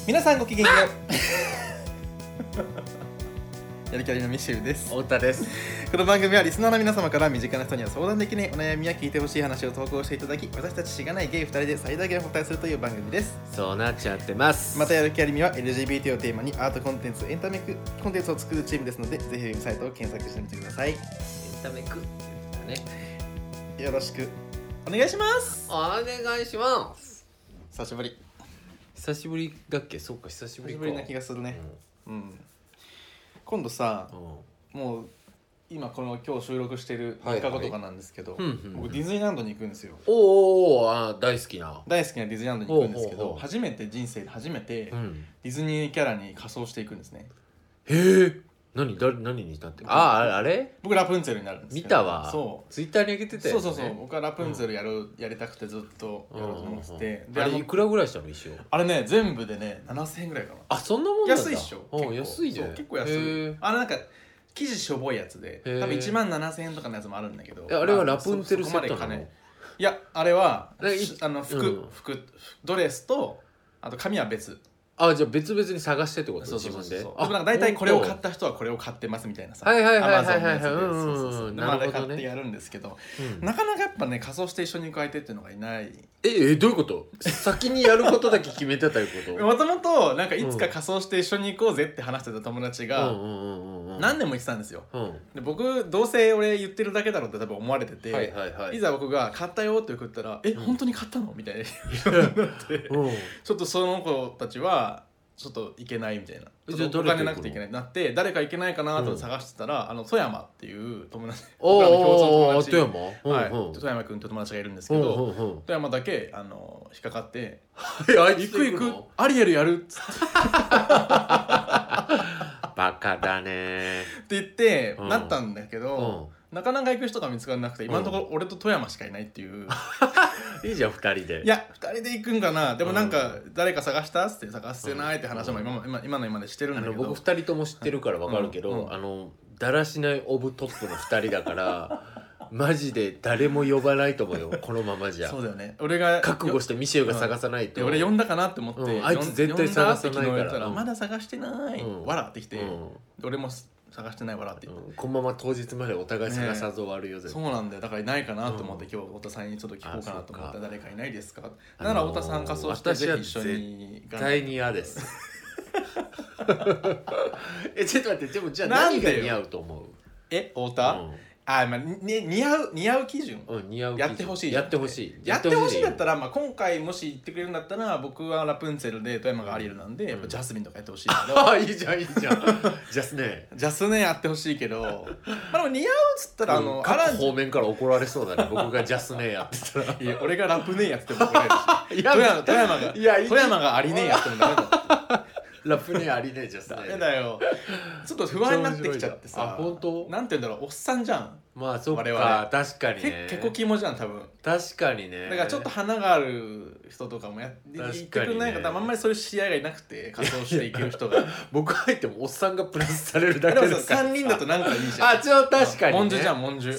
皆さんごきげんようやる気ありのミシェルです。 太田です。 この番組はリスナーの皆様から身近な人には相談できないお悩みや聞いてほしい話を投稿していただき、私たちしがないゲイ2人で最大限お答えするという番組です。 そうなっちゃってます。 またやる気ありみは LGBT をテーマにアートコンテンツエンタメコンテンツを作るチームですので、ぜひウェブサイトを検索してみてください。 エンタメクってね、 よろしくお願いします。 お願いします。 久しぶりだっけ？そうか、久しぶりか。 久しぶりな気がするね。今度さ、もう今日収録してる3日後とかなんですけど、僕ディズニーランドに行くんですよ。 大好きなディズニーランドに行くんですけど、人生で初めてディズニーキャラに仮装していくんですね。 へえ。何になって？あれ？ 僕ラプンツェルになるんですけど。 見たわ。 そう。 ツイッターに上げてたよね。 そう。僕はラプンツェルやりたくてずっとやろうと思ってて。 で、あれいくらぐらいしたの一緒？ あれね、全部でね7000円ぐらいかな。 あ、そんなもんなんだ。 安いっしょ。 安いね。 結構安い。なんか生地しょぼいやつで、多分17000円とかのやつもあるんだけど。 あれはラプンツェルセットなの？ いや、あれは服ドレスとあと髪は別。 じゃあ別々に探してってこと？ そう自分で。 でもなんか大体これを買った人はこれを買ってますみたいなさ、 はいなるほどね。買ってやるんですけど、なかなかやっぱね仮装して一緒に行く相手っていうのがいない。 どういうこと？先にやることだけ決めてたいうこと？ もともとなんかいつか仮装して一緒に行こうぜって話してた友達が何年も言ってたんですよ。で僕どうせ俺言ってるだけだろうって多分思われてて、いざ僕が買ったよって送ったら本当に買ったのみたいななってちょっとその子たちはちょっと行けないみたいな、お金なくて行けないってなって、誰か行けないかなと探してたら、富山っていう友達、僕らの共通の友達、富山君と友達がいるんですけど、富山だけ引っかかって行くアリエルやるっつってバカだねって言ってなったんだけど、なかなか行く人が見つからなくて、今のところ俺と富山しかいないっていういいじゃん2人で。 いや2人で行くんかな。でもなんか誰か探したって探してないって話も今でしてるんだけど、 僕2人とも知ってるから分かるけど、だらしないオブトップの2人だからマジで誰も呼ばないと思うよこのままじゃ。 そうだよね。俺が覚悟してミシェルが探さないと。 俺呼んだかなって思って、 あいつ絶対探さないから、 まだ探してない笑ってきて、俺も探してないわらって言って、 このまま当日までお互い探さず終わるよ、 そうなんだよ。だからいないかなと思って、今日太田さんにちょっと聞こうかなと思ったら、誰かいないですかなら太田さん仮装してぜひ一緒に。 絶対に嫌ですちょっと待って、でもじゃあ何が似合うと思う？ 太田？似合う基準、やってほしいだったら、今回もし言ってくれるんだったら、僕はラプンツェルで富山がアリエルなんで、やっぱジャスミンとかやってほしいけどいいじゃんジャスネやってほしいけど、でも似合うっつったら各方面から怒られそうだね僕がジャスネやってたら。 いや俺がラプネやっても怒られるし富山がアリネやってもダメだラプネアリネジャスネダメだよ。ちょっと不安になってきちゃってさ。 本当？ なんて言うんだろう、おっさんじゃん。 まあそっか、確かにね。 結構キモじゃん多分。 確かにね。 だからちょっと花がある人とかも言ってくれない方、あんまりそういう知り合いがいなくて仮装していける人が僕入ってもおっさんがプラスされるだけですから。 3人だとなんかいいじゃん。 確かにね。 文殊じゃん文殊。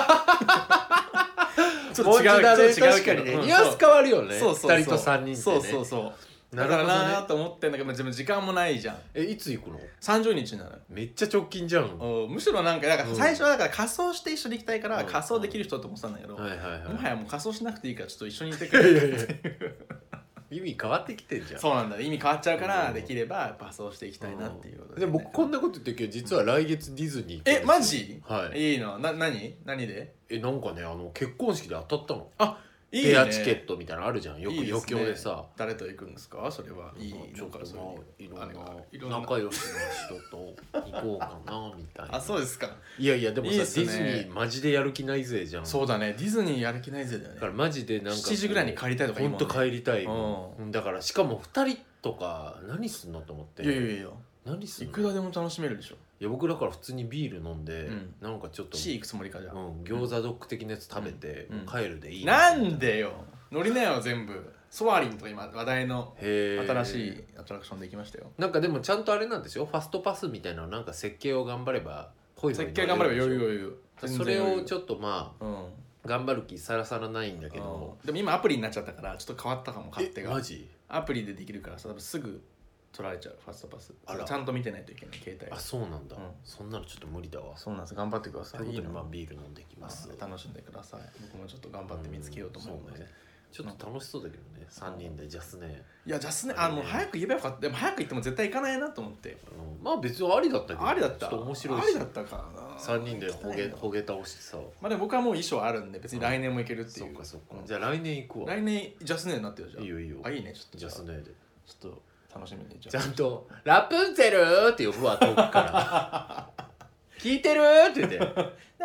ちょっと違う確かにね。ニュアンス変わるよね。2人と3人ってね。そうだからなと思ってんだけど、自分時間もないじゃん。 いつ行くの ？30日になる。 めっちゃ直近じゃん。 むしろなんか最初はだから仮装して一緒に行きたいから仮装できる人と思ってたんだけど、もはやもう仮装しなくていいからちょっと一緒にいてくれる意味変わってきてんじゃん。 そうなんだ、意味変わっちゃうからできれば仮装していきたいなっていうことで。僕こんなこと言ってるけど、実は来月ディズニー行く。 マジ？ はいいいの？何で？ なんかね、結婚式で当たったの。 いいね、 ペアチケットみたいなのあるじゃん、よく余興でさ。 誰と行くんですか？それは。いいちょっといろんな仲良しの人と行こうかなみたいな。 そうですか。 いやでもさ、ディズニーマジでやる気ないぜじゃん。 そうだね、ディズニーやる気ないぜだよね。 だからマジでなんか 7時ぐらいに帰りたいとか言うもんね。ほんと帰りたい。だからしかも2人とか何すんのと思って。 いや何すんの？ いくらでも楽しめるでしょ。 いや僕だから普通にビール飲んで、なんかちょっと行くつもりかじゃん。 餃子ドッグ的なやつ食べて帰るでいい。 なんでよ、乗りなよ全部。ソアリンとか今話題の新しいアトラクションできましたよ。 なんかでもちゃんとあれなんですよ、ファストパスみたいななんか設計を頑張れば設計頑張れば余裕。 それをちょっと頑張る気さらさらないんだけど、 でも今アプリになっちゃったからちょっと変わったかも、勝手が。 マジ？ アプリでできるからさ、多分すぐ取られちゃうファストパス。ちゃんと見てないといけない携帯。 あ、そうなんだ、そんなのちょっと無理だわ。 そうなんです。頑張ってください。 ということで、まあビール飲んできます。 楽しんでください。僕もちょっと頑張って見つけようと思うので、 ちょっと楽しそうだけどね、3人でジャスネ。 いやジャスネ、もう早く言えばよかった。でも早く言っても絶対行かないなと思って。 まあ別にありだったけど、 ありだった。 ちょっと面白いし、 ありだったかな。 3人でほげ倒してさ。 まあでも僕はもう衣装あるんで別に来年も行けるっていう。 そうかそうか。じゃあ来年行くわ。 来年ジャスネになってるじゃん。 いいよいいよ。 あ、いいね。ちょっとジャスネでちょっと楽しみに。 ちゃんとラプンツェルって呼ぶわ、遠くから聞いてるって言ってな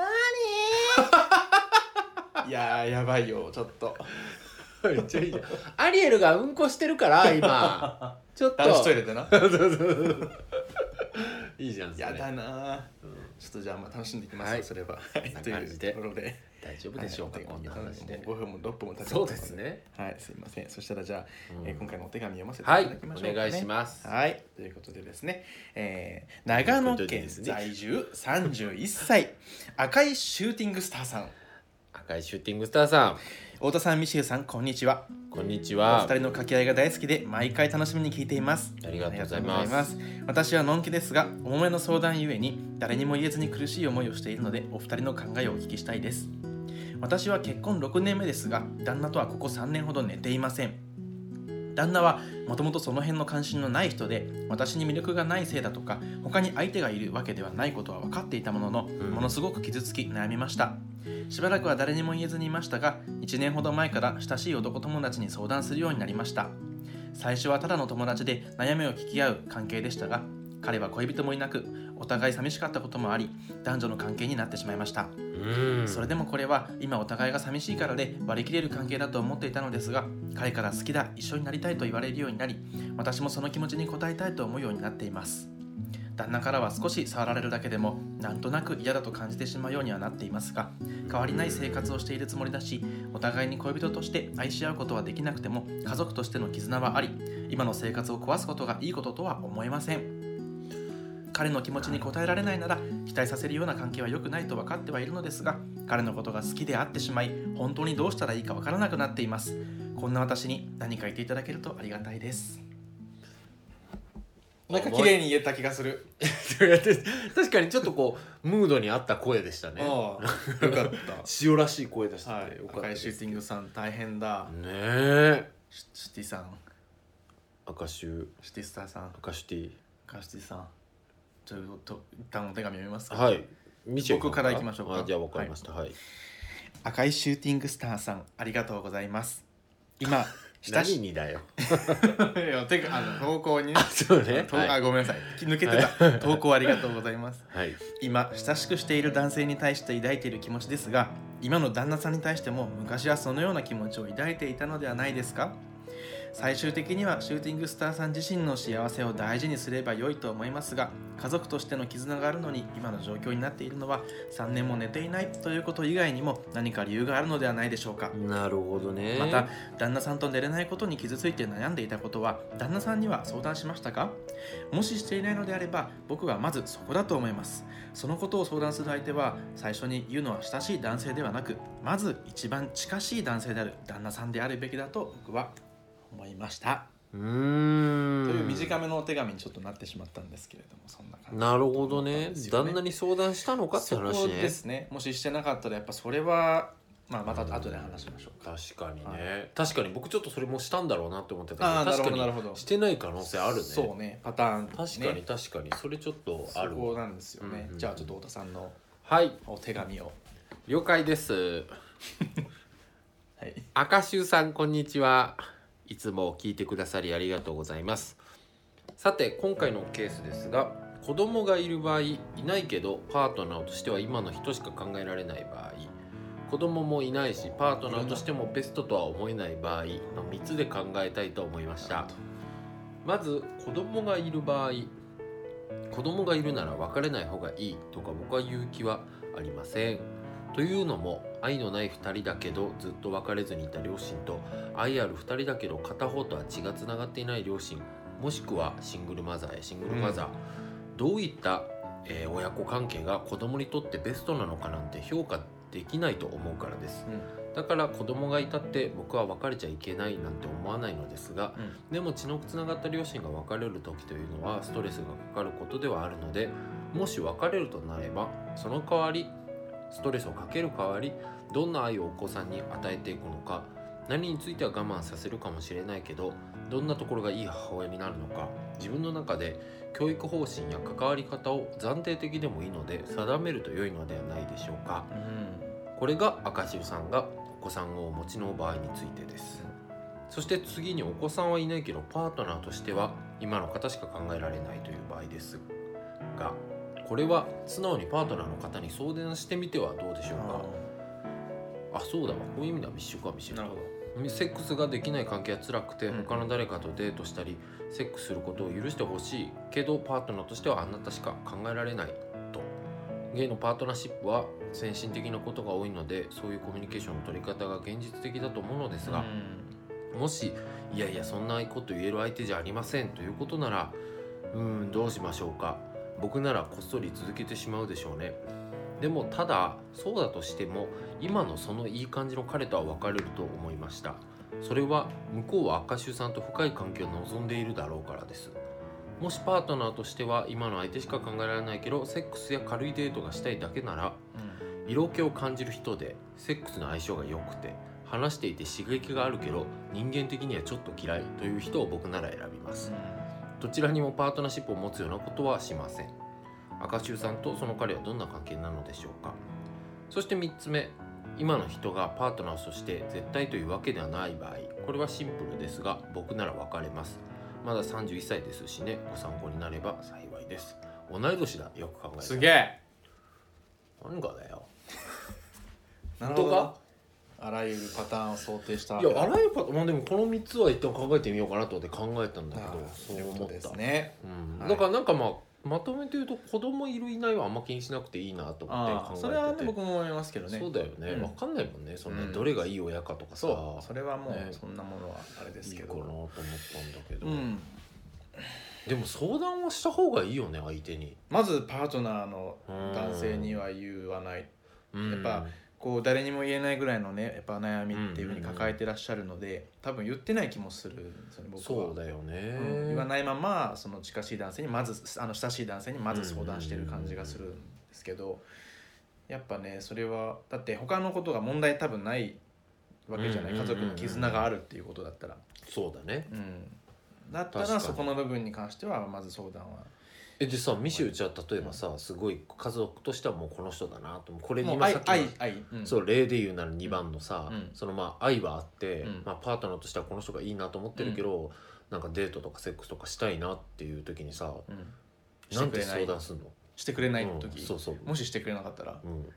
にいややばいよちょっとめっちゃいいじゃん。アリエルがうんこしてるから今ちょっと男子トイレでないいじゃん。 やだな、ちょっとじゃあまあ楽しんでいきますよ、それは。 という感じでところで大丈夫でしょうか、こんな話で。 5分も6分も経ってます。 そうですね。 はい、すいません。そしたらじゃあ今回のお手紙読ませていただきましょうかね。 お願いします。 はい、ということでですね、長野県在住31歳赤いシューティングスターさん。 赤いシューティングスターさん、 太田さん、ミシェルさん、こんにちは。 こんにちは。 お二人の掛け合いが大好きで毎回楽しみに聞いています。 ありがとうございます。 私はのんきですが、重めの相談ゆえに誰にも言えずに苦しい思いをしているので、お二人の考えをお聞きしたいです。私は結婚6年目ですが、旦那とはここ3年ほど寝ていません。旦那はもともとその辺の関心のない人で、私に魅力がないせいだとか、他に相手がいるわけではないことは分かっていたものの、ものすごく傷つき悩みました。しばらくは誰にも言えずにいましたが、1年ほど前から親しい男友達に相談するようになりました。最初はただの友達で悩みを聞き合う関係でしたが、彼は恋人もいなく、お互い寂しかったこともあり、男女の関係になってしまいました。それでもこれは今お互いが寂しいからで割り切れる関係だと思っていたのですが、彼から好きだ、一緒になりたいと言われるようになり、私もその気持ちに応えたいと思うようになっています。旦那からは少し触られるだけでもなんとなく嫌だと感じてしまうようにはなっていますが、変わりない生活をしているつもりだし、お互いに恋人として愛し合うことはできなくても家族としての絆はあり、今の生活を壊すことがいいこととは思えません。彼の気持ちに応えられないなら期待させるような関係は良くないと分かってはいるのですが、彼のことが好きであってしまい、本当にどうしたらいいか分からなくなっています。こんな私に何か言っていただけるとありがたいです。なんか綺麗に言えた気がする確かにちょっとこうムードに合った声でしたね。 よかった塩らしい声でしたね、よかった。 赤いシューティングさん大変だねえ。 シティさん、 赤シュシティスターさん、 赤シティ、 赤シティさん、ちょっと一旦お手紙読みますか。 はい、 僕からいきましょうか。 じゃあ分かりました。はい、 赤いシューティングスターさん、ありがとうございます。今何にだよ投稿にそうね、 ごめんなさい、抜けてた投稿ありがとうございます、 はい、 今親しくしている男性に対して抱いている気持ちですが、今の旦那さんに対しても昔はそのような気持ちを抱いていたのではないですか。最終的にはシューティングスターさん自身の幸せを大事にすれば良いと思いますが、家族としての絆があるのに今の状況になっているのは3年も寝ていないということ以外にも何か理由があるのではないでしょうか。 なるほどね。 また旦那さんと寝れないことに傷ついて悩んでいたことは旦那さんには相談しましたか。もししていないのであれば僕はまずそこだと思います。そのことを相談する相手は最初に言うのは親しい男性ではなく、まず一番近しい男性である旦那さんであるべきだと僕は思いました。という短めのお手紙にちょっとなってしまったんですけれども、そんな感じ。 なるほどね。旦那に相談したのかって話ね。 そうですね。もししてなかったらやっぱそれはまた後で話しましょうか。 確かにね、確かに僕ちょっとそれもしたんだろうなって思ってたけど、確かにしてない可能性あるね。 そうね、パターン、ね、 確かにそれちょっとある。 そこなんですよね、じゃあちょっと太田さんのお手紙を。 了解ですはい、 赤州さん、こんにちは。いつも聞いてくださりありがとうございます。さて今回のケースですが、子供がいる場合、いないけどパートナーとしては今の人しか考えられない場合、子供もいないしパートナーとしてもベストとは思えない場合の3つで考えたいと思いました。まず子供がいる場合、子供がいるなら別れない方がいいとか僕は言う気はありません。というのも、愛のない2人だけどずっと別れずにいた両親と、愛ある2人だけど片方とは血がつながっていない両親、もしくはシングルマザー、どういった、親子関係が子供にとってベストなのかなんて評価できないと思うからです。 だから子供がいたって僕は別れちゃいけないなんて思わないのですが、でも血のつながった両親が別れる時というのはストレスがかかることではあるので、もし別れるとなればその代わりストレスをかける代わりどんな愛をお子さんに与えていくのか、何については我慢させるかもしれないけどどんなところがいい母親になるのか、自分の中で教育方針や関わり方を暫定的でもいいので定めると良いのではないでしょうか。これが赤汁さんがお子さんをお持ちの場合についてです。そして次にお子さんはいないけどパートナーとしては今の方しか考えられないという場合ですが、これは素直にパートナーの方に相談してみてはどうでしょうか。そうだわ、こういう意味では一緒かもしれない。セックスができない関係は辛くて他の誰かとデートしたりセックスすることを許してほしいけどパートナーとしてはあなたしか考えられないと。ゲイのパートナーシップは先進的なことが多いのでそういうコミュニケーションの取り方が現実的だと思うのですが、もしいやいやそんなこと言える相手じゃありませんということならどうしましょうか。僕ならこっそり続けてしまうでしょうね。でもただそうだとしても今のそのいい感じの彼とは別れると思いました。それは向こうは赤州さんと深い関係を望んでいるだろうからです。もしパートナーとしては今の相手しか考えられないけどセックスや軽いデートがしたいだけなら、色気を感じる人でセックスの相性が良くて話していて刺激があるけど人間的にはちょっと嫌いという人を僕なら選びます。どちらにもパートナーシップを持つようなことはしません。赤州さんとその彼はどんな関係なのでしょうか。そして3つ目、今の人がパートナーとして絶対というわけではない場合、これはシンプルですが僕なら別れます。まだ31歳ですしね、ご参考になれば幸いです。同い年だ、よく考えて。 すげえ。 何がだよ。 なるほどか。あらゆるパターンを想定した。 いや、あらゆるパターン、でもこの3つは一旦考えてみようかなと思って考えたんだけど、 そう思ったですね。 だからなんかまとめて言うと子供いるいないはあんま気にしなくていいなと思って考えてて。 それはね僕も思いますけどね。 そうだよね、分かんないもんね、そんなどれがいい親かとかさ。 それはもうそんなものはあれですけどいいかなと思ったんだけど、でも相談はした方がいいよね、相手に。 まずパートナーの男性には言わない。やっぱこう誰にも言えないぐらいのねやっぱ悩みっていう風に抱えてらっしゃるので、多分言ってない気もするんですよね、僕は。 そうだよね、 言わないままその近しい男性にまず親しい男性にまず相談してる感じがするんですけど、やっぱねそれはだって他のことが問題多分ないわけじゃない。家族の絆があるっていうことだったら。 そうだね、 だったらそこの部分に関してはまず相談は。 でさ、ミシェルじゃあ例えばさ、すごい家族としてはもうこの人だなと、これに今さっきそう例で言うなら2番のさ、その愛はあって、パートナーとしてはこの人がいいなと思ってるけど、なんかデートとかセックスとかしたいなっていう時にさ、なんて相談するの？ してくれない時、 そうもししてくれなかったら、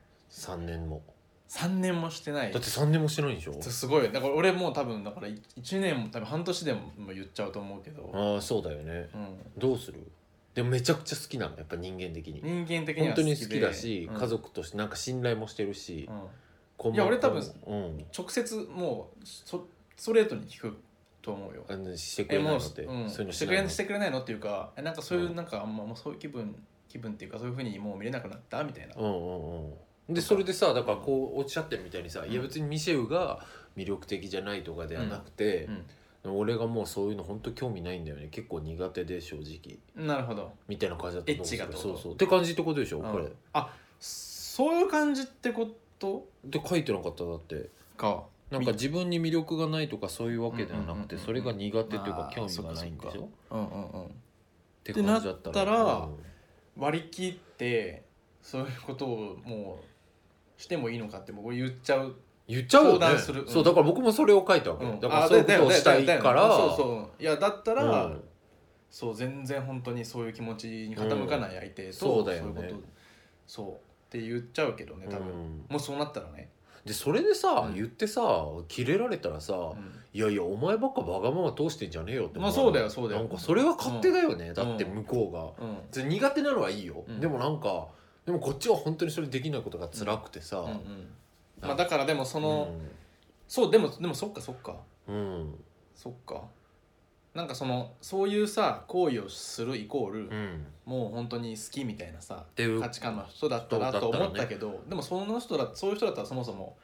3年もしてない。 だって3年もしてないんでしょ。 すごい。だから俺もう多分だから1年も多分半年でも言っちゃうと思うけど。 そうだよね、どうする？でもめちゃくちゃ好きなの、やっぱ人間的に。 人間的には本当に好きだし、家族としてなんか信頼もしてるし、 いや俺多分直接もうストレートに聞くと思うよ。 してくれないのって、 してくれないのっていうか、なんかそういうなんかもうそういう気分っていうかそういう風にもう見れなくなったみたいな。 でそれでさ、だからこうおっしゃってるみたいにさ、いや別にミシェウが魅力的じゃないとかではなくて、俺がもうそういうの本当興味ないんだよね、結構苦手で正直。 なるほど。 みたいな感じだった。 エッチがそうって感じってことでしょ、これ。 そういう感じってことで書いてなかった。だってなんか自分に魅力がないとかそういうわけではなくて、それが苦手っていうか興味がないんでしょ。 って感じだったら割り切ってそういうことをもうしてもいいのかって僕言っちゃうよね。そうだから僕もそれを書いたわけ。だからそういうことをしたいから。 いやだったらそう全然本当にそういう気持ちに傾かない相手とそういうことそうって言っちゃうけどね、多分もうそうなったらね。 でそれでさ言ってさキレられたらさ、いやいやお前ばっかバガママ通してんじゃねえよって。 そうだよなんかそれは勝手だよね。だって向こうが苦手なのはいいよ。でもなんかでもこっちは本当にそれできないことが辛くてさ、 だからでもそうでもそっかそっかなんかそういうさ行為をするイコール、もう本当に好きみたいなさ価値観の人だったらと思ったけど、でもそういう人だったらそもそも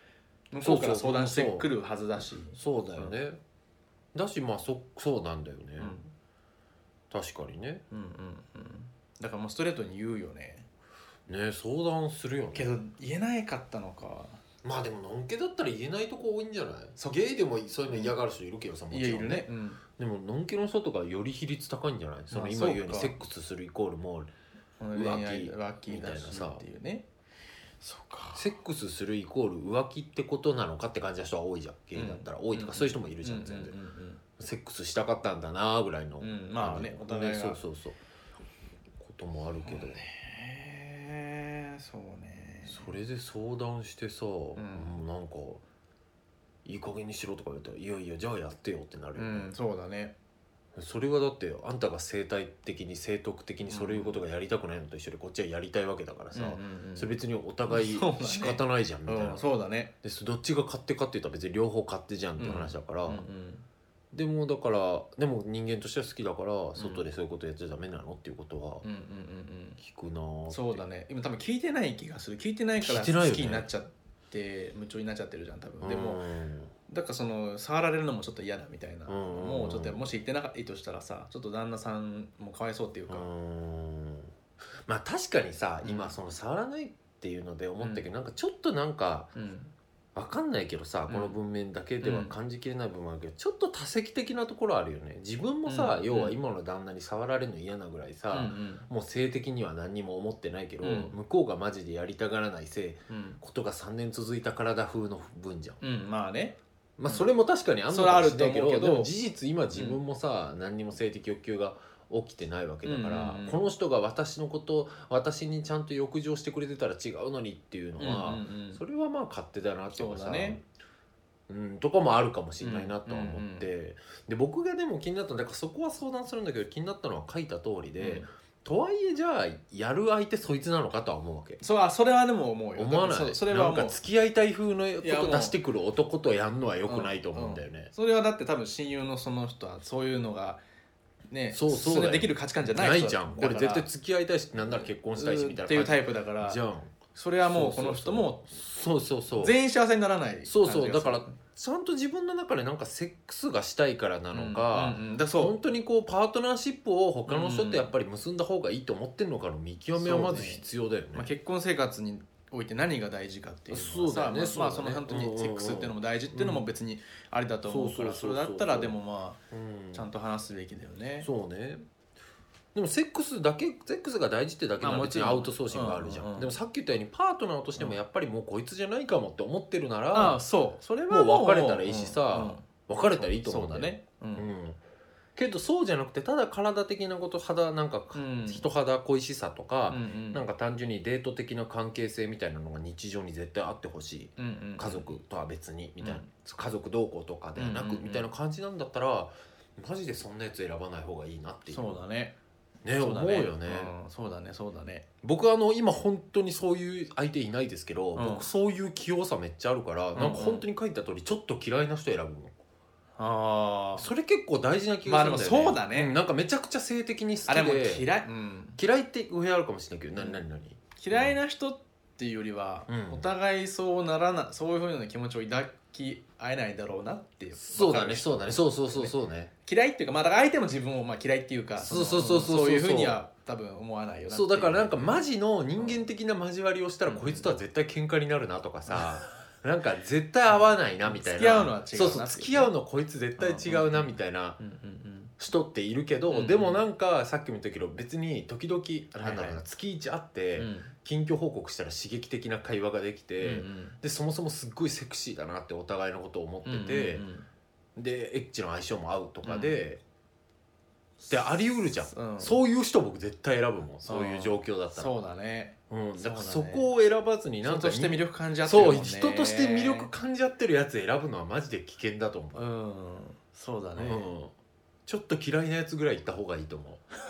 向こうから相談してくるはずだし。 そうだよね、だしまあそうなんだよね、確かにね。 だからもうストレートに言うよね。 ね、相談するよね。 けど言えないかったのか。 まあでものんけだったら言えないとこ多いんじゃない？ゲイでもそういうの嫌がる人いるけどさ、もちろんね。でものんけの人とかより比率高いんじゃない？その今言うようにセックスするイコールもう浮気みたいなさ。 そうか。 セックスするイコール浮気ってことなのかって感じの人は多いじゃん。ゲイだったら多いとかそういう人もいるじゃん、全然。セックスしたかったんだなぐらいの。 まあね、お互いが。 そうこともあるけど。 そうね。 それで相談してさ、なんかいい加減にしろとか言われたら、いやいやじゃあやってよってなるよね。 そうだね。 それはだってあんたが生態的に生徳的にそういうことがやりたくないのと一緒でこっちはやりたいわけだからさ、それ別にお互い仕方ないじゃんみたいな。 そうだね。 でどっちが勝手かって言ったら別に両方勝手じゃんって話だから、でもだからでも人間としては好きだから外でそういうことやっちゃダメなのっていうことは聞くなーって。 そうだね。今多分聞いてない気がする。聞いてないから好きになっちゃって夢中になっちゃってるじゃん多分。でもだからその触られるのもちょっと嫌だみたいな、もうちょっともし言ってなかったとしたらさ、ちょっと旦那さんもかわいそうっていうか、 まあ確かにさ、今その触らないっていうので思ったけど、なんかちょっとなんかわかんないけどさ、この文面だけでは感じきれない部分もあるけど、ちょっと多責的なところあるよね。自分もさ、要は今の旦那に触られるの嫌なぐらいさ、もう性的には何にも思ってないけど、向こうがマジでやりたがらないことが3年続いた体風の分じゃん。 まあね。 まあそれも確かにあんのかもしれないけど、でも事実今自分もさ、何にも性的欲求が起きてないわけだから、この人が私のこと私にちゃんと欲情してくれてたら違うのにっていうのは、それはまあ勝手だなっていうかさ、とかもあるかもしれないなとは思って、で僕がでも気になったのだからそこは相談するんだけど、気になったのは書いた通りで、とはいえじゃあやる相手そいつなのかとは思うわけ。 それはでも思うよ。 思わない。それはなんか付き合いたい風のこと出してくる男とやんのは良くないと思うんだよね。 それはだって多分親友のその人はそういうのがね、それできる価値観じゃないじゃん。これ絶対付き合いたいし、なんなら結婚したいしみたいなっていうタイプだからじゃん。それはもうこの人も全員幸せにならない。 だからちゃんと自分の中でなんかセックスがしたいからなのか、本当にこうパートナーシップを他の人とやっぱり結んだ方がいいと思ってるのかの見極めはまず必要だよね。 結婚生活において何が大事かっていうのはさ、まあその本当にセックスっていうのも大事っていうのも別にありだと思うから、それだったらでもまあちゃんと話すべきだよね。 そうね。でもセックスが大事ってだけの別にアウトソーシングがあるじゃん。でもさっき言ったようにパートナーとしてもやっぱりもうこいつじゃないかもって思ってるなら、それはもう別れたらいいしさ、別れたらいいと思うんだよね。けどそうじゃなくて、ただ体的なことなんか人肌恋しさとか、なんか単純にデート的な関係性みたいなのが日常に絶対あってほしい、家族とは別にみたいな、家族同行とかではなくみたいな感じなんだったら、マジでそんなやつ選ばない方がいいなっていう。 そうだね。 思うよね。 そうだね。 僕今本当にそういう相手いないですけど、僕そういう器用さめっちゃあるから、なんか本当に書いた通りちょっと嫌いな人選ぶの。それ結構大事な気がするんだよね。 まあでもそうだね。 なんかめちゃくちゃ性的に好きで、嫌いって上あるかもしれないけど、何嫌いな人っていうよりは、お互いそうならない、そういうふうな気持ちを抱き合えないだろうなっていう。 そうだね。そうね。 嫌いっていうか、まあだから相手も自分をまあ嫌いっていうか、そういうふうには多分思わないよな。 そうだからなんかマジの人間的な交わりをしたら、こいつとは絶対喧嘩になるなとかさ。なんか絶対合わないなみたいな。 付き合うのは違うな。 付き合うのこいつ絶対違うなみたいな人っているけど、でもなんかさっきも言ったけど、別に時々月1会って近況報告したら刺激的な会話ができて、でそもそもすっごいセクシーだなってお互いのことを思ってて、でエッチの相性も合うとかであり得るじゃん。そういう人僕絶対選ぶもん。そういう状況だったら。 そうだね。 だからそこを選ばずに、 なんか人として魅力感じ合ってるもんね。 人として魅力感じ合ってるやつ選ぶのはマジで危険だと思う。 そうだね。 ちょっと嫌いなやつぐらい行った方がいいと思う。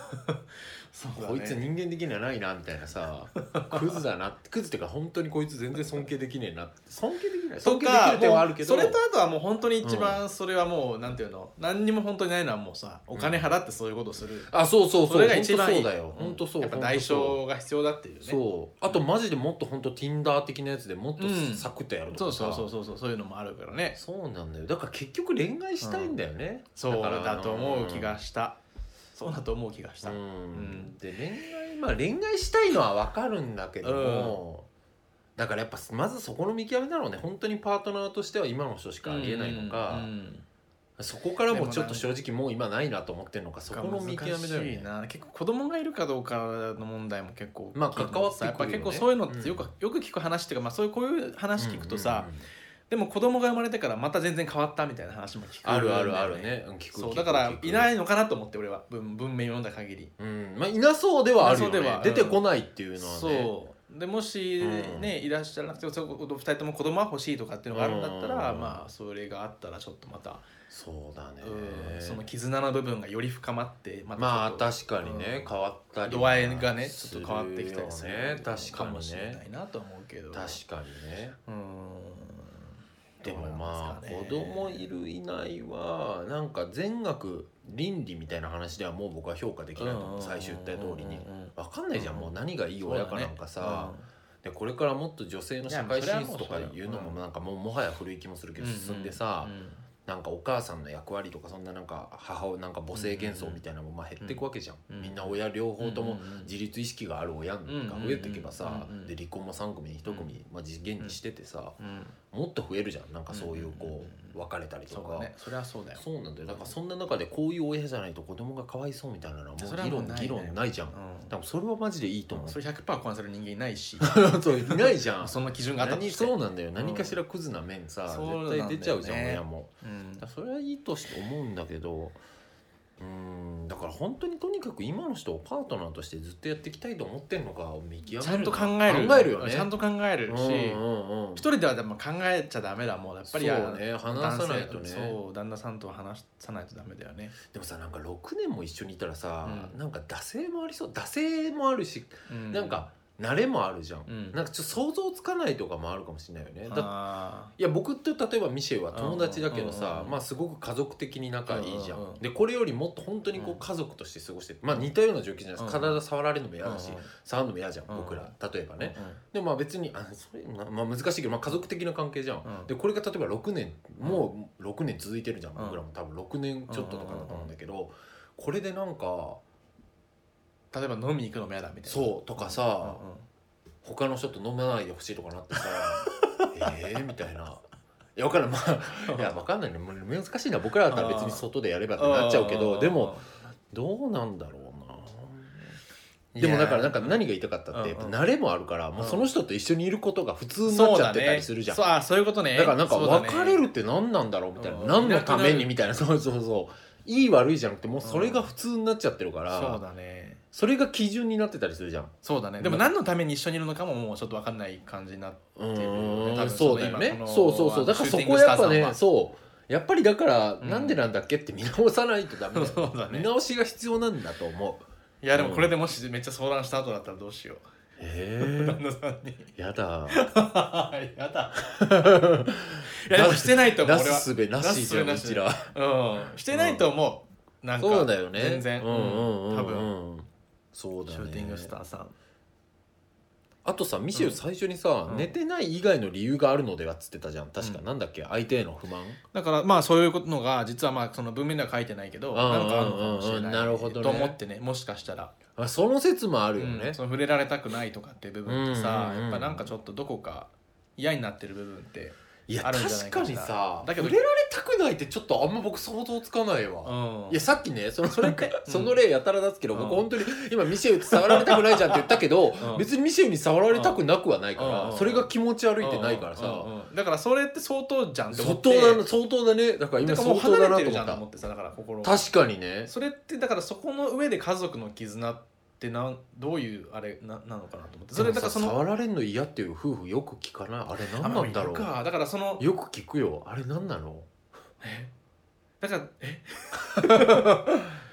そうだね、 こいつ人間的にはないなみたいなさクズだなクズっていうか本当にこいつ全然尊敬できねえな尊敬できない尊敬できる点はあるけど、 それとあとはもう本当に一番それはもうなんていうの、何にも本当にないのはもうさ、お金払ってそういうことをする、 あ、そうそうそう、 それが一番いい。 本当そうだよ、本当そう、 やっぱ代償が必要だっていうね。 そうあとマジでもっと本当 Tinder 的なやつでもっとサクッとやるとかさ、 そういうのもあるからね。 そうなんだよ、だから結局恋愛したいんだよね、 そうだと思う気がした、そうだと思う気がした。 で恋愛したいのは分かるんだけども、だからやっぱまずそこの見極めだろうね。本当にパートナーとしては今の人しかありえないのか、そこからもちょっと正直もう今ないなと思ってるのか、そこの見極めだよね。 結構子供がいるかどうかの問題も結構関わってくるよね。 やっぱ結構そういうのってよく聞く話っていうか、こういう話聞くとさ、でも子供が生まれてからまた全然変わったみたいな話も聞く、 あるね、聞く。 そうだからいないのかなと思って俺は文面読んだ限り、 いなそうではあるよね。出てこないっていうのはね。 そうでもしね、いらっしゃらなくて2人とも子供は欲しいとかっていうのがあるんだったら、まあそれがあったらちょっとまたそうだね、 その絆の部分がより深まってまあ確かにね、変わったり度合いがねちょっと変わってきたりするかもしれないなと思うけど、 確かにね。でもまあ子供いるいないはなんか善悪倫理みたいな話ではもう僕は評価できないと思う。最初言った通りに分かんないじゃん、もう何がいい親かなんかさ。でこれからもっと女性の社会進出とかいうのもなんかもはや古い気もするけど進んでさ、なんかお母さんの役割とかそんななんか母親なんか母性幻想みたいなのもまあ減っていくわけじゃん。みんな親両方とも自立意識がある親が増えていけばさ、で離婚も3組に1組まあ実現にしててさ、もっと増えるじゃん。なんかそういうこう別れたりとか、 それはそうだよ。 そうなんだよ。だからそんな中でこういう親じゃないと子供がかわいそうみたいなのはもう議論ないじゃん。多分それはマジでいいと思う。 それ 100% こなせる人間いないしそういないじゃんその基準があったとして。 そうなんだよ。何かしらクズな面さ絶対出ちゃうじゃん親も。それはいいとして思うんだけど、だから本当にとにかく今の人をパートナーとしてずっとやっていきたいと思ってるのかを見極める。 ちゃんと考えるよね。ちゃんと考えるし、一人ではでも考えちゃダメだもんやっぱり。 そうね、話さないとね。 そう旦那さんと話さないとダメだよね。 でもさなんか6年も一緒にいたらさ、なんか惰性もありそう。惰性もあるし、なんか慣れもあるじゃん、なんかちょっと想像つかないとかもあるかもしれないよね。いや僕って例えばミシェルは友達だけどさ、まあすごく家族的に仲いいじゃん、でこれよりもっと本当にこう家族として過ごしてまあ似たような状況じゃないですか、体触られるのも嫌だし、触るのも嫌じゃん、僕ら例えばね、でもまあ別にそれまあ難しいけど、まあ、家族的な関係じゃん、でこれが例えば6年もう6年続いてるじゃん、僕らも多分6年ちょっととかだと思うんだけど、これでなんか例えば飲みに行くのも嫌だみたいなそうとかさ、他の人と飲まないでほしいとかなってさみたいな。いや分かんない、まあいや分かんないね、難しいな。僕らだったら別に外でやればってなっちゃうけど、でもどうなんだろうな。でもだからなんか何が言いたかったって慣れもあるから、もうその人と一緒にいることが普通になっちゃってたりするじゃん。 そういうことね。 だからなんか別れるって何なんだろうみたいな、何のためにみたいな、そういい悪いじゃなくてもうそれが普通になっちゃってるから、 そうだね、 それが基準になってたりするじゃん。 そうだね。でも何のために一緒にいるのかももうちょっと分かんない感じになってるよね。 そうだよね。そうだからそこやっぱね、そうやっぱりだからなんでなんだっけって見直さないとダメだよ。見直しが必要なんだと思う。 いやでもこれでもしめっちゃ相談した後だったらどうしよう。旦那さんにやだやだいやでもしてないと思う。 なすすべなしじゃんうちら。 してないと思う。なんかそうだよね、 全然多分そうだね。 シューティングスターさん。 あとさミシェル最初にさ、寝てない以外の理由があるのではっつってたじゃん確か。なんだっけ、相手への不満だからまあそういうのが実はまあその文面では書いてないけどなんかあるのかもしれないと思ってね、もしかしたらその説もあるよね。 その触れられたくないとかっていう部分ってさ、やっぱなんかちょっとどこか嫌になってる部分ってあるんじゃないかしら。 確かにさ、だけど触れられたくないってちょっとあんま僕想像つかないわ。いやさっきねその例やたら出すけど、僕本当に今ミシェルって触られたくないじゃんって言ったけど、別にミシェルに触られたくなくはないから、それが気持ち悪いってないからさ、 だからそれって相当じゃんって思って。 相当だね。だから今相当だなと思った。 だから心確かにね。 それってだからそこの上で家族の絆ってどういうあれなのかなと思って。それだから触られんの嫌っていう夫婦よく聞かない。あれ何なんだろう。 だからそのよく聞くよ。あれ何なの。 だから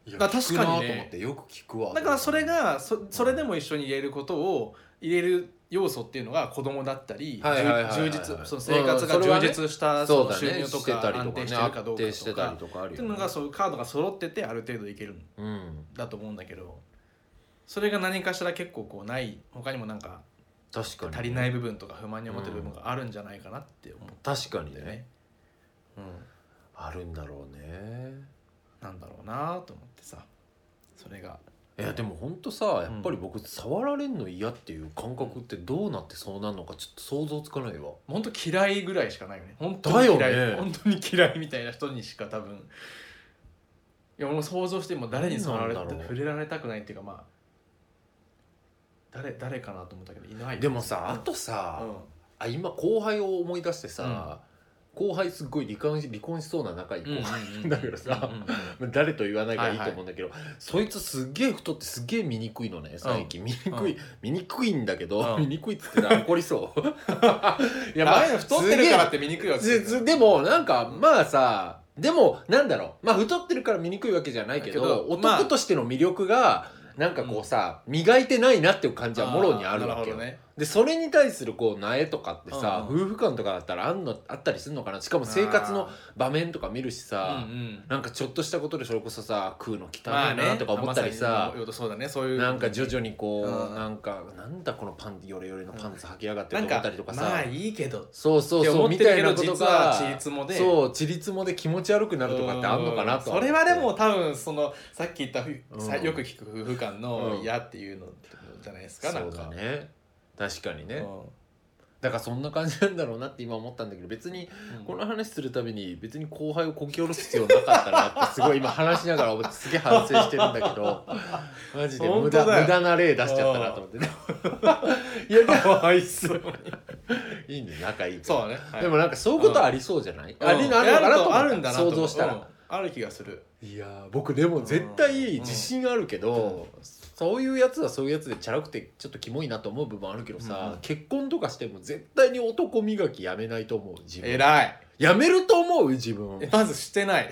だから確かにねと思ってよく聞くわ。 だからそれがそれでも一緒に入れることを入れる要素っていうのが子供だったり、充実、その生活が充実したその収入とか安定してるかどうかとかっていうのがそういうカードが揃っててある程度いけるんだと思うんだけど、それが何かしら結構こうない他にもなんか確かに足りない部分とか不満に思ってる部分があるんじゃないかなって思って、 確かにね、あるんだろうね。 なんだろうなと思ってさ、それがいやでもほんとさ、やっぱり僕触られんの嫌っていう感覚ってどうなってそうなるのかちょっと想像つかないわ。 ほんと嫌いぐらいしかないよね。本当に嫌い、だよね、本当に嫌いみたいな人にしか多分、いやもう想像しても誰に触られて触れられたくないっていうか、まあ誰かなと思ったけどいない。 でもさ、あとさ、今後輩を思い出してさ、後輩すっごい離婚しそうな仲いい後輩だけどさ、誰と言わないからいいと思うんだけど、そいつすっげえ太ってすっげえ見にくいのね最近、見にくいんだけど、見にくいっつってたら怒りそういや前の太ってるからって見にくいわけでもなんかまあさ、でもなんだろう、まあ太ってるから見にくいわけじゃないけど、男としての魅力がなんかこうさ、磨いてないなっていう感じはもろにあるわけよ。でそれに対するこう苗とかってさ、夫婦間とかだったらあったりするのかな。しかも生活の場面とか見るしさ、なんかちょっとしたことでそれこそさ食うの汚いなとか思ったりさ、なんか徐々にこうなんだこのパンヨレヨレのパンツ履きやがってと思ったりとかさ、 まあいいけどそうみたいなことがそうちりつもで気持ち悪くなるとかってあんのかなと。 それはでも多分そのさっき言ったよく聞く夫婦間の嫌っていうのじゃないですか。 そうだね、確かにね、だからそんな感じなんだろうなって今思ったんだけど、別にこの話するたびに別に後輩をこき下ろす必要なかったなってすごい今話しながら思ってすげえ反省してるんだけどマジで無駄な例出しちゃったなと思ってねいやかわいそうにいいね、仲いいから。そうね、でもなんかそういうことありそうじゃない？あるのかなと思った想像したらある気がする。 いや僕でも絶対自信あるけど、そういうやつはそういうやつでチャラくてちょっとキモいなと思う部分あるけどさ、結婚とかしても絶対に男磨きやめないと思う。自分偉い。 やめると思う自分。 まずしてない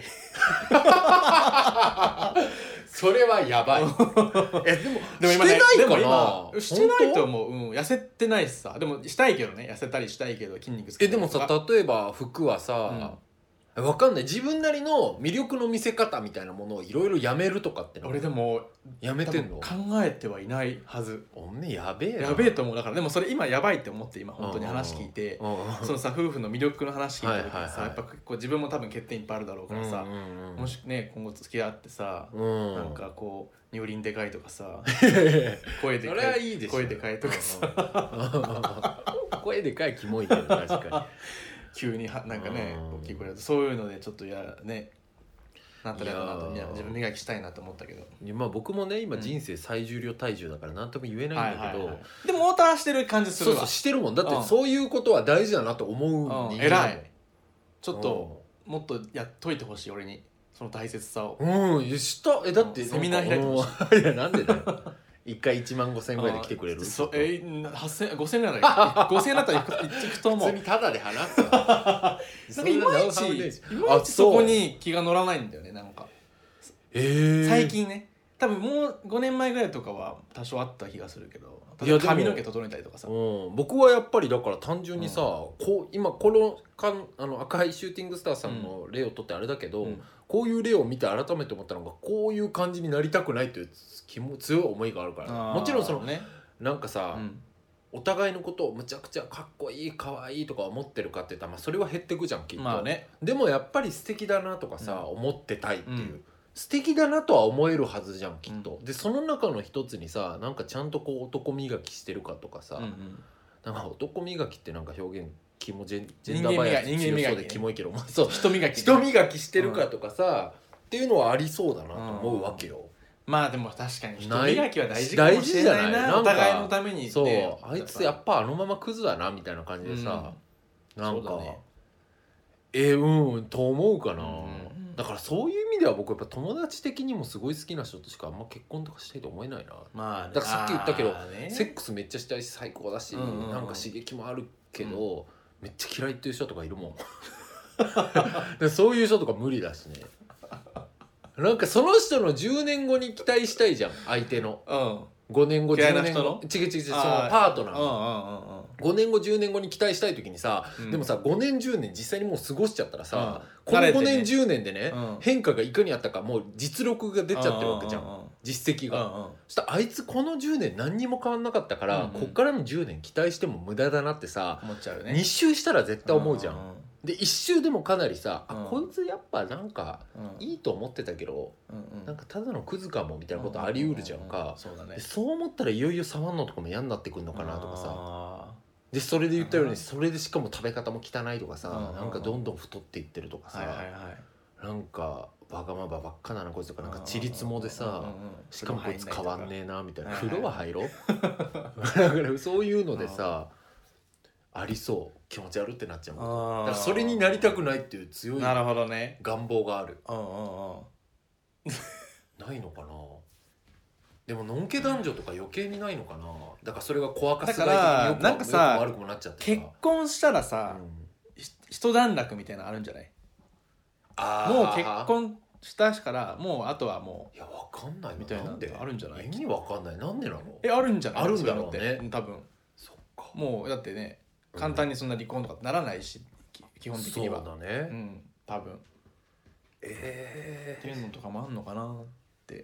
それはやばいでもしてないかな。 してないと思う。痩せてないしさ。でもしたいけどね、痩せたりしたいけど筋肉つけたりでもさ、例えば服はさ、わかんない、自分なりの魅力の見せ方みたいなものをいろいろやめるとかっての。 俺でもやめてんの？ 考えてはいないはず。 おめえやべえな。 やべえと思う。だからでもそれ今やばいって思って今本当に話聞いて、そのさ夫婦の魅力の話聞いた時にさ、やっぱこう自分も多分欠点いっぱいあるだろうからさ、もしね今後付き合ってさ、なんかこう乳輪でかいとかさ声でかい、それはいいでしょ、声でかいとかさ声でかいキモいけど確かに急になんかね大きい声だとそういうのでちょっとねなんとなくなと自分磨きしたいなと思ったけど、 まあ僕もね今人生最重量体重だから何とも言えないんだけど、 でも太田はしてる感じするわ。 そうしてるもんだって、そういうことは大事だなと思う人間。 偉い。ちょっともっとやっといてほしい俺にその大切さを。 だってセミナー開いてほしい。いやなんでだよ1回15000円ぐらいで来てくれる。 5000 5000円なら5000円だったら行くと思う。 普通にタダで話すわなんかいまいちそこに気が乗らないんだよねなんか。最近ね、多分もう5年前ぐらいとかは多少あった気がするけど、髪の毛整えたりとかさ、 僕はやっぱりだから単純にさ、今この赤いシューティングスターさんの例を取ってあれだけど、こういう例を見て改めて思ったのがこういう感じになりたくないという強い思いがあるから、もちろんそのなんかさ、お互いのことをむちゃくちゃかっこいいかわいいとか思ってるかって言ったら、それは減ってくじゃんきっと、でもやっぱり素敵だなとかさ、思ってたいっていう、素敵だなとは思えるはずじゃんきっと、でその中の一つにさ、なんかちゃんとこう男磨きしてるかとかさ、なんか男磨きってなんか表現ジェンダーバイアス強そうでキモいけど、そう人磨きしてるかとかさ、っていうのはありそうだなと思うわけよ。 まあでも確かに人磨きは大事かもしれないな、お互いのために。 そうあいつやっぱあのままクズだなみたいな感じでさ、なんかと思うかな。だからそういう意味では僕やっぱ友達的にもすごい好きな人としかあんま結婚とかしたいと思えないな。だからさっき言ったけどセックスめっちゃしたいし最高だし、なんか刺激もあるけどめっちゃ嫌いっていう人とかいるもんそういう人とか無理だしね。 なんかその人の10年後に期待したいじゃん相手の、5年後10年後違うそのパートナーの5年後10年後に期待したい時にさ、でもさ5年10年実際にもう過ごしちゃったらさ、この5年10年でね、変化がいかにあったかもう実力が出ちゃってるわけじゃん、実績が。そしたらあいつこの10年何にも変わんなかったから、こっからの10年期待しても無駄だなってさ、2周したら絶対思うじゃん。で1周でもかなりさ、こいつやっぱなんかいいと思ってたけど、なんかただのクズかもみたいなことあり得るじゃんか。そう思ったらいよいよ触んのとかも嫌になってくるのかなとかさ。でそれで言ったようにそれでしかも食べ方も汚いとかさ、なんかどんどん太っていってるとかさ、なんかバカマバばっかなこいつとか、なんかちりつもでさ、しかもこいつ変わんねえなみたいな、風呂は入ろだからそういうのでさありそう、気持ち悪ってなっちゃう。だからそれになりたくないっていう強い願望がある。ないのかな。でものんけ男女とか余計にないのかな。だからそれが小赤すがいてよくも悪くもなっちゃってさ、 結婚したらさ、一段落みたいなのあるんじゃない？もう結婚したからもうあとはもう、 いやわかんないみたいなのあるんじゃない？ 意味わかんない。なんでなの？ あるんじゃない？ あるんだろうね多分。 そっか。 もうだってね、簡単にそんな離婚とかならないし、基本的には。 そうだね。 多分。っていうのとかもあんのかなって。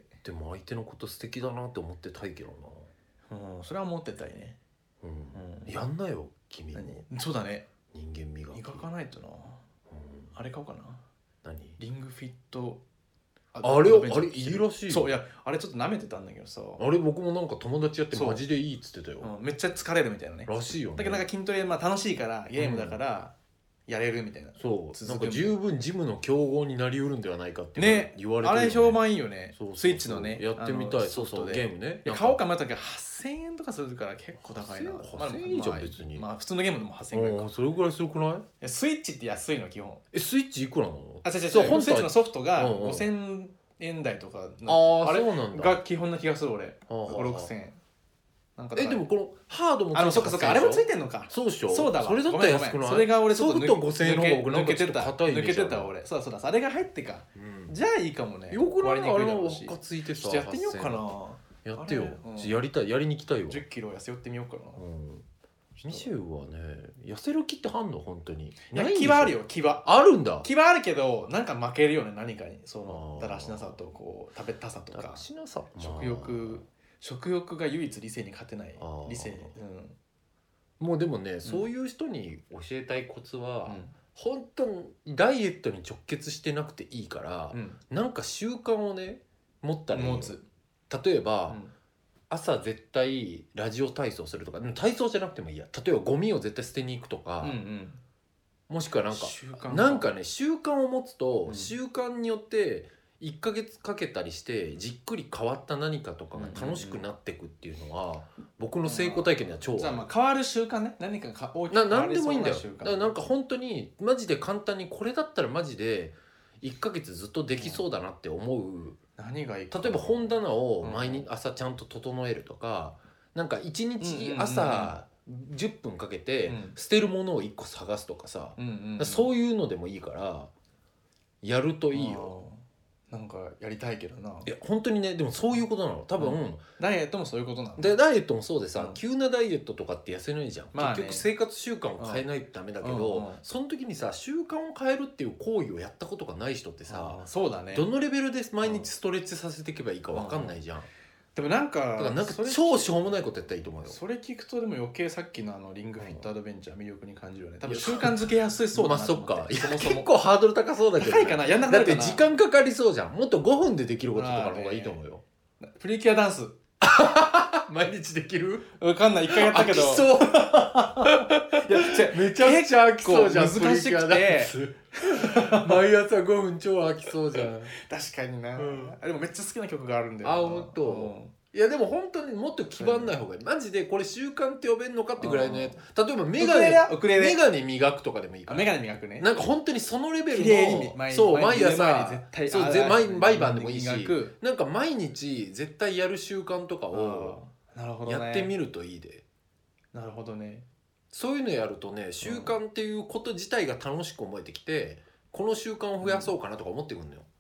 でも相手のこと素敵だなって思ってたいけどな。それは思ってたいね。 やんなよ君も。 そうだね。 人間味が。 磨かないとな。あれ買おうかな。 何？ リングフィット。 あれいいらしいよ。 そういや、あれちょっと舐めてたんだけどさ、 あれ僕もなんか友達やってマジでいいっつってたよ。 めっちゃ疲れるみたいなね。 らしいよね。 だけどなんか筋トレ楽しいからゲームだからやれるみたいな。 そうなんか十分ジムの強豪になりうるんではないかって言われてる。 あれ評判いいよね。スイッチのね、 やってみたい。そうそうゲームね。 買おうか迷ったけど8000円とかするから結構高いな。 8000円以上別に。 普通のゲームでも8000円ぐらいか。 それぐらいするくない？ スイッチって安いの基本。 スイッチいくらなの？ 違うスイッチのソフトが5000円台とか、あれが基本な気がする俺。6000円。 でもこのハードもそっかあれもついてんのか。 そうでしょ。 そうだわ。 それだったら安くない？ それが俺ちょっとソフト5000円の方が僕なんかちょっと硬いイメージ。 抜けてた俺。そうだあれが入ってか。じゃあいいかもね。 よくない？あれは輪っかついてさ。 やってみようかな。 やってよ。やりたい、やりに行きたいよ。 10キロ痩せよってみようかな。 ミシェルはね、痩せる気ってあんの本当に？ 気はあるよ。気はあるんだ。 気はあるけどなんか負けるよね、何かに。そのだらしなさとこう食べたさとか。だらしなさ。 食欲が唯一理性に勝てない。理性。 もうでもね、そういう人に教えたいコツは、本当にダイエットに直結してなくていいから、なんか習慣をね持ったらいいよ。例えば、朝絶対ラジオ体操するとか、体操じゃなくてもいいや。例えばゴミを絶対捨てに行くとか、もしくはなんかね習慣を持つと、習慣によって1ヶ月かけたりしてじっくり変わった何かとかが楽しくなっていくっていうのは、僕の成功体験では超ある。 じゃあ変わる習慣ね。何か大きく変わ何でもいいんだよ。 だからなんか本当にマジで簡単にこれだったらマジで1ヶ月ずっとできそうだなって思う。 何がいいか。 例えば本棚を毎日朝ちゃんと整えるとか、なんか1日朝10分かけて捨てるものを1個探すとかさ、そういうのでもいいからやるといいよ。 なんかやりたいけどな。 いや本当にね、でもそういうことなの多分。 ダイエットもそういうことなので、ダイエットもそうでさ、急なダイエットとかって痩せないじゃん。結局生活習慣を変えないとダメだけど、その時にさ習慣を変えるっていう行為をやったことがない人ってさ、 そうだね、 どのレベルで毎日ストレッチさせていけばいいか分かんないじゃん。 でもなんか超しょうもないことやったらいいと思うよ。 それ聞くとでも余計さっきのリングフィットアドベンチャー魅力に感じるよね。多分習慣づけやすいそうだなと思って。 まあそっか。結構ハードル高そうだけど。 高いかな。やんなくなるかな。 だって時間かかりそうじゃん。もっと5分でできることとかの方がいいと思うよ。 プリキュアダンス毎日できる？ わかんない。一回やったけど。 飽きそう。いやめちゃくちゃ飽きそうじゃん。 難しくて。 毎朝5分超飽きそうじゃん。 確かにな。でもめっちゃ好きな曲があるんだよ。 本当。いやでも本当にもっと気張んない方がいい。マジでこれ習慣って呼べんのかってぐらいのやつ。例えばメガネ磨くとかでもいいから。 メガネ磨くね。 なんか本当にそのレベルの、そう毎朝毎晩でもいいし、なんか毎日絶対やる習慣とかをやってみるといいで。 なるほどね。 そういうのやるとね、習慣っていうこと自体が楽しく思えてきて、この習慣を増やそうかなとか思ってくるのよ。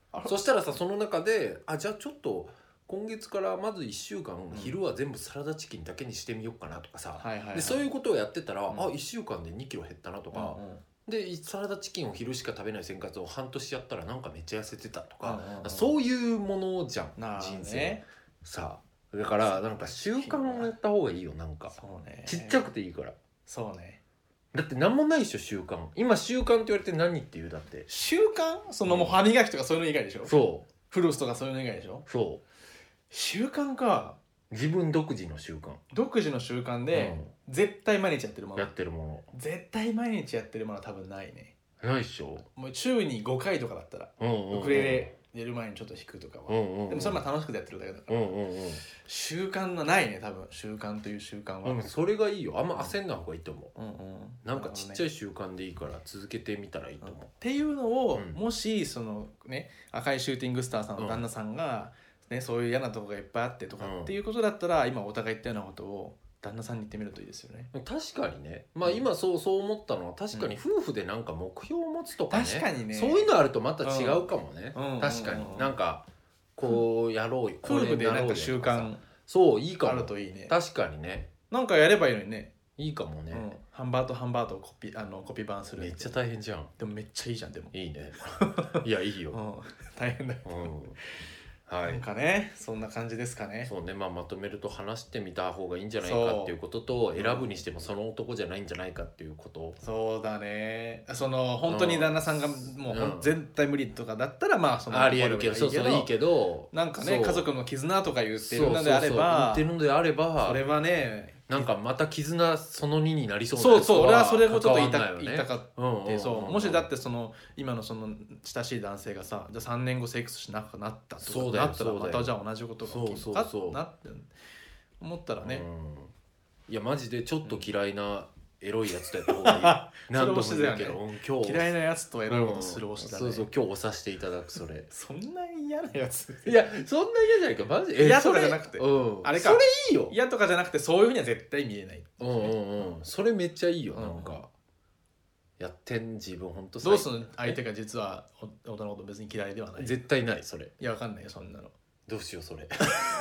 そしたらさその中でじゃあちょっと今月からまず1週間、昼は全部サラダチキンだけにしてみようかなとかさ、でそういうことをやってたら、1週間で2キロ減ったなとか、でサラダチキンを昼しか食べない生活を半年やったらなんかめっちゃ痩せてたとか、そういうものじゃん人生さあ。だからなんか習慣をやった方がいいよ。なんかちっちゃくていいから。 そうね。 だって何もないでしょ習慣。今習慣って言われて何って言う。だって習慣そのもう歯磨きとかそういうの以外でしょ。 そうフルーツとかそういうの以外でしょ。 そう習慣か。 自分独自の習慣。 独自の習慣で、絶対毎日やってるもの。 やってるもの。 絶対毎日やってるものは多分ないね。 ないっしょ。 もう週に5回とかだったら、ウクレレ寝る前にちょっと弾くとかは、でもそれは楽しくてやってるだけだから、習慣のないね多分。習慣という習慣は、 それがいいよ。あんま焦んない方がいいと思う。なんかちっちゃい習慣でいいから続けてみたらいいと思う。 っていうのを、もしそのね赤いシューティングスターさんの旦那さんが、そういう嫌なとこがいっぱいあってとかっていうことだったら、今お互い言ったようなことを旦那さんに言ってみるといいですよね。 確かにね。まあ今そう思ったのは確かに夫婦でなんか目標を持つとかね、 確かにね、 そういうのあるとまた違うかもね。確かになんかこうやろうよ、 夫婦でなんか習慣そういいかも。 あるといいね。 確かにね。 なんかやればいいのにね。 いいかもね。 ハンバートをコピー版する。 めっちゃ大変じゃん。 でもめっちゃいいじゃん。でもいいね。いやいいよ。 大変だよ。なんかね、そんな感じですかね。 そうね。まとめると話してみた方がいいんじゃないかっていうことと、選ぶにしてもその男じゃないんじゃないかっていうこと。 そうだね。その本当に旦那さんがもう絶対無理とかだったらそのありえるけど、そういいけど、 なんかね家族の絆とか言ってるのであれば、それはねなんかまた絆その2になりそうな。そう俺はそれもちょっと言いたかった。もしだってその今のその親しい男性がさ、じゃあ3年後セックスしなくなったとかなったら、またじゃあ同じことが起きるかなって思ったらね。 いやマジでちょっと嫌いなエロいやつとやった方がいい。何度も言うけど、 今日嫌いなやつとエロいことする推しだね。 そう今日押させていただくそれ。 そんな嫌なやつ。 いやそんな嫌じゃないかマジ。 嫌とかじゃなくて、あれか。 それいいよ。 嫌とかじゃなくてそういうふうには絶対見えない。 それめっちゃいいよ。なんかやってん自分本当。 どうすんの相手が実は男のこと別に嫌いではない。 絶対ないそれ。 いやわかんないよそんなの。 どうしようそれ。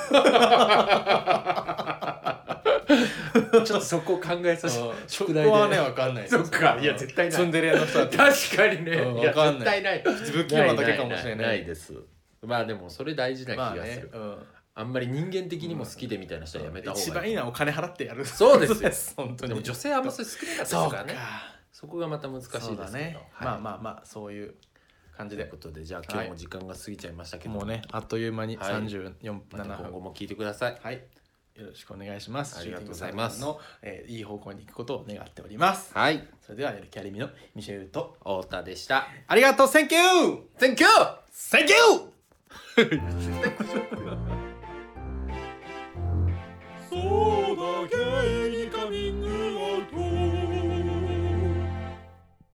ちょっとそこを考えさせて。 そこはねわかんない。 そっか。いや絶対ない。 ツンデレの人だって確かにね。いや絶対ない。 不器用なだけかもしれない。 ないです。でもそれ大事な気がする。あんまり人間的にも好きでみたいな人はやめた方がいい。 一番いいのはお金払ってやる。 そうですよ。本当に。 でも女性あんまそれ少なかったですからね。そこがまた難しいですけど。 そういう感じで。 ということでじゃあ今日も時間が過ぎちゃいましたけど。 もうねあっという間に34分7分。 今後も聞いてください。 はい。よろしくお願いします。 ありがとうございます。 いい方向に行くことを願っております。 はい。 それではキャリミのミシェルと太田でした。 ありがとう。Thank you。 Thank you。 Thank you。 そうだけ